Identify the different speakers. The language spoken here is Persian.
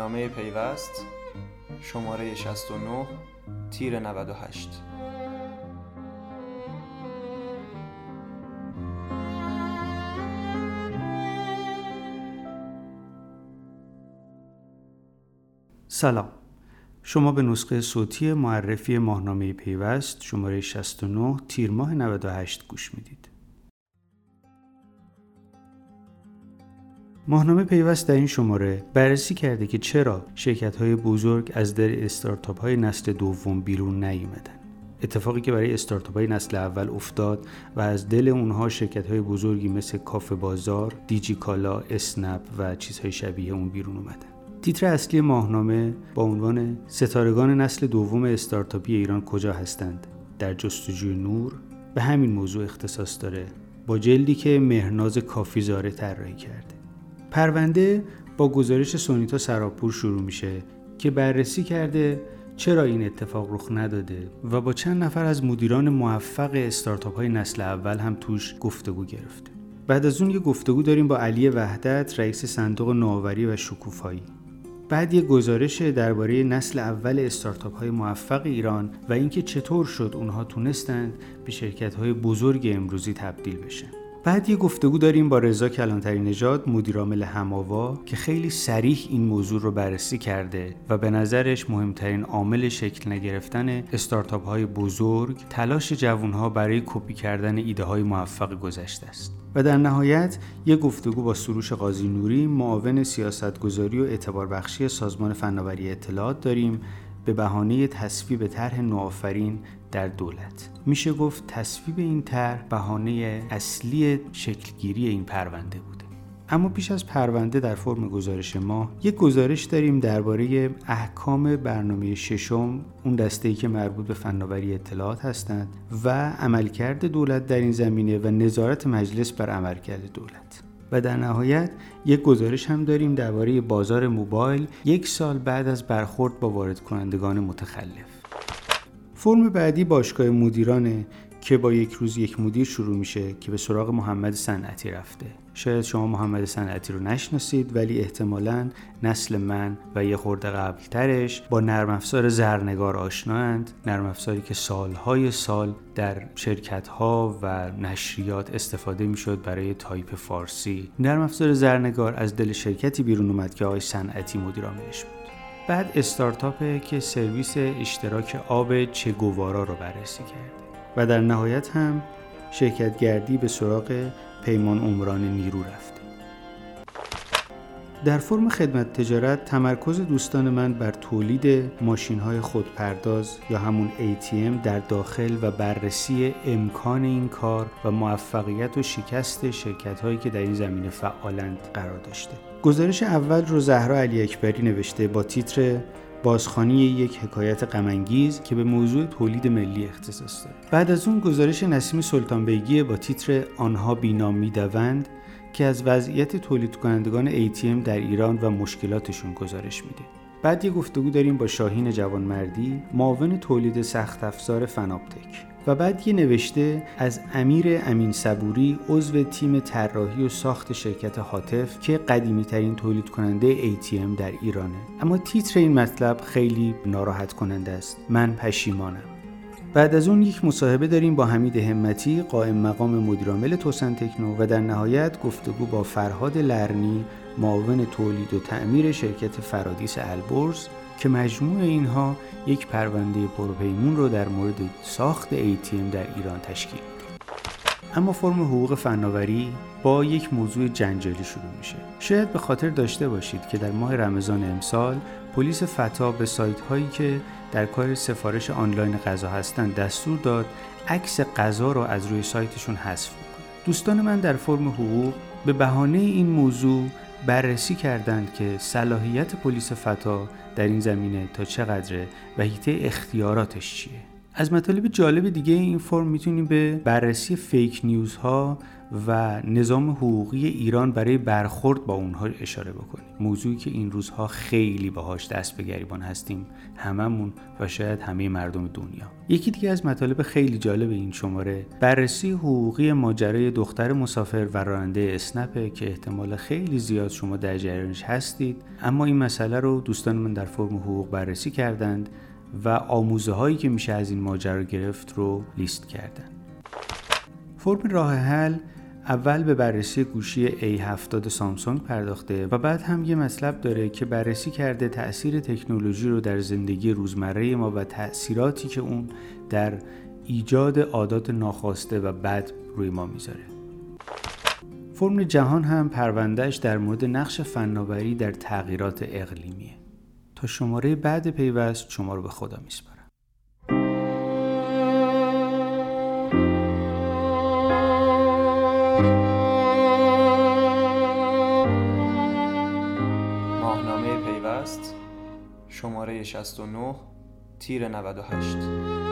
Speaker 1: ماهنامه پیوست شماره 69 تیر 98.
Speaker 2: سلام، شما به نسخه صوتی معرفی ماهنامه پیوست شماره 69 تیر ماه 98 گوش میدید. ماهنامه پیوست در این شماره بررسی کرده که چرا شرکت‌های بزرگ از در استارتاپ‌های نسل دوم بیرون نیامدن. اتفاقی که برای استارتاپ‌های نسل اول افتاد و از دل اونها شرکت‌های بزرگی مثل کافه بازار، دیجی کالا، اسنپ و چیزهای شبیه اون بیرون اومدن. تیتر اصلی ماهنامه با عنوان ستارگان نسل دوم استارتاپی ایران کجا هستند؟ در جستجوی نور به همین موضوع اختصاص داره، با جلدی که مهرناز کافیزاده طراحی کرده. پرونده با گزارش سونیتا سراپور شروع میشه که بررسی کرده چرا این اتفاق رخ نداده و با چند نفر از مدیران موفق استارتاپ‌های نسل اول هم توش گفتگو گرفته. بعد از اون یه گفتگو داریم با علی وحدت، رئیس صندوق نوآوری و شکوفایی. بعد یه گزارش درباره نسل اول استارتاپ‌های موفق ایران و اینکه چطور شد اونها تونستند به شرکت‌های بزرگ امروزی تبدیل بشن. بعد یه گفتگو داریم با رضا کلانتری نژاد، مدیرعامل هماوا، که خیلی صریح این موضوع رو بررسی کرده و به نظرش مهمترین عامل شکل نگرفتن استارتاپ‌های بزرگ تلاش جوان‌ها برای کپی کردن ایده‌های موفق گذشته است. و در نهایت یک گفتگو با سروش قاضی نوری، معاون سیاستگذاری و اعتبار بخشی سازمان فناوری اطلاعات داریم به بهانه تصویب طرح نوآفرین در دولت. میشه گفت تصویب این طرح بهانه اصلی شکلگیری این پرونده بوده. اما پیش از پرونده در فرم گزارش ما یک گزارش داریم درباره احکام برنامه ششم، اون دسته‌ای که مربوط به فناوری اطلاعات هستند، و عملکرد دولت در این زمینه و نظارت مجلس بر عملکرد دولت. و در نهایت یک گزارش هم داریم درباره بازار موبایل 1 سال بعد از برخورد با وارد کنندگان متخلف. فرم بعدی باشگاه مدیرانه که با یک روز یک مدیر شروع میشه که به سراغ محمد صنعتی رفته. شاید شما محمد صنعتی رو نشناسید، ولی احتمالاً نسل من و یه خورده قبلترش با نرم افزار زرنگار آشنااند. نرم افزاری که سالهای سال در شرکت‌ها و نشریات استفاده میشد برای تایپ فارسی. نرم افزار زرنگار از دل شرکتی بیرون اومد که آقای صنعتی مدیر عاملش بود. بعد استارتاپه که سرویس اشتراک آب چگوارا رو بررسی کرده. و در نهایت هم شرکت گردی به سراغ پیمان عمران نیرو رفته. در فرم خدمت تجارت تمرکز دوستان من بر تولید ماشین‌های خودپرداز یا همون ATM در داخل و بررسی امکان این کار و موفقیت و شکست شرکت‌هایی که در این زمینه فعالند قرار داشته. گزارش اول رو زهرا علی اکبری نوشته با تیتر بازخوانی یک حکایت غم‌انگیز که به موضوع تولید ملی اختصاص داره. بعد از اون گزارش نسیم سلطان بیگی با تیتر آنها بی‌نام می‌دوند که از وضعیت تولید کنندگان ATM در ایران و مشکلاتشون گزارش میده. بعد یه گفتگو داریم با شاهین جوانمردی، معاون تولید سخت افزار فناپتک. و بعد یه نوشته از امیر امین صبوری، عضو تیم طراحی و ساخت شرکت هاتف که قدیمی ترین تولید کننده ATM در ایرانه. اما تیتر این مطلب خیلی ناراحت کننده است. من پشیمانم. بعد از اون یک مصاحبه داریم با حمید همتی، قائم مقام مدیرعامل توسن تکنو، و در نهایت گفتگو با فرهاد لرنی، معاون تولید و تعمیر شرکت فرادیس البرز، که مجموع اینها یک پرونده پرپیمون رو در مورد ساخت ATM در ایران تشکیل میده. اما فرم حقوق فناوری با یک موضوع جنجالی شروع میشه. شاید به خاطر داشته باشید که در ماه رمضان امسال پلیس فتا به سایت هایی که در کار سفارش آنلاین غذا هستند دستور داد عکس غذا رو از روی سایتشون حذف کنه. دوستان من در فرم حقوق به بهانه این موضوع بررسی کردند که صلاحیت پلیس فتا در این زمینه تا چقدره و حیطه اختیاراتش چیه. از مطالب جالب دیگه این فرم میتونیم به بررسی فیک نیوزها و نظام حقوقی ایران برای برخورد با اونها اشاره بکنیم. موضوعی که این روزها خیلی باهاش دست به گریبان هستیم هممون و شاید همه مردم دنیا. یکی دیگه از مطالب خیلی جالب این شماره بررسی حقوقی ماجرای دختر مسافر و راننده اسنپه که احتمال خیلی زیاد شما در جریانش هستید، اما این مسئله رو دوستان من در فرم حقوق بررسی کردند و آموزه هایی که میشه از این ماجرا گرفت رو لیست کردن. فرم راه حل اول به بررسی گوشی A70 سامسونگ پرداخته و بعد هم یه مطلب داره که بررسی کرده تأثیر تکنولوژی رو در زندگی روزمره ما و تأثیراتی که اون در ایجاد عادات ناخواسته و بد روی ما میذاره. فرم جهان هم پروندهش در مورد نقش فناوری در تغییرات اقلیمیه. تا شماره بعد پیوست شما رو به خدا میسپارم.
Speaker 1: ماهنامه پیوست شماره 69 تیر 98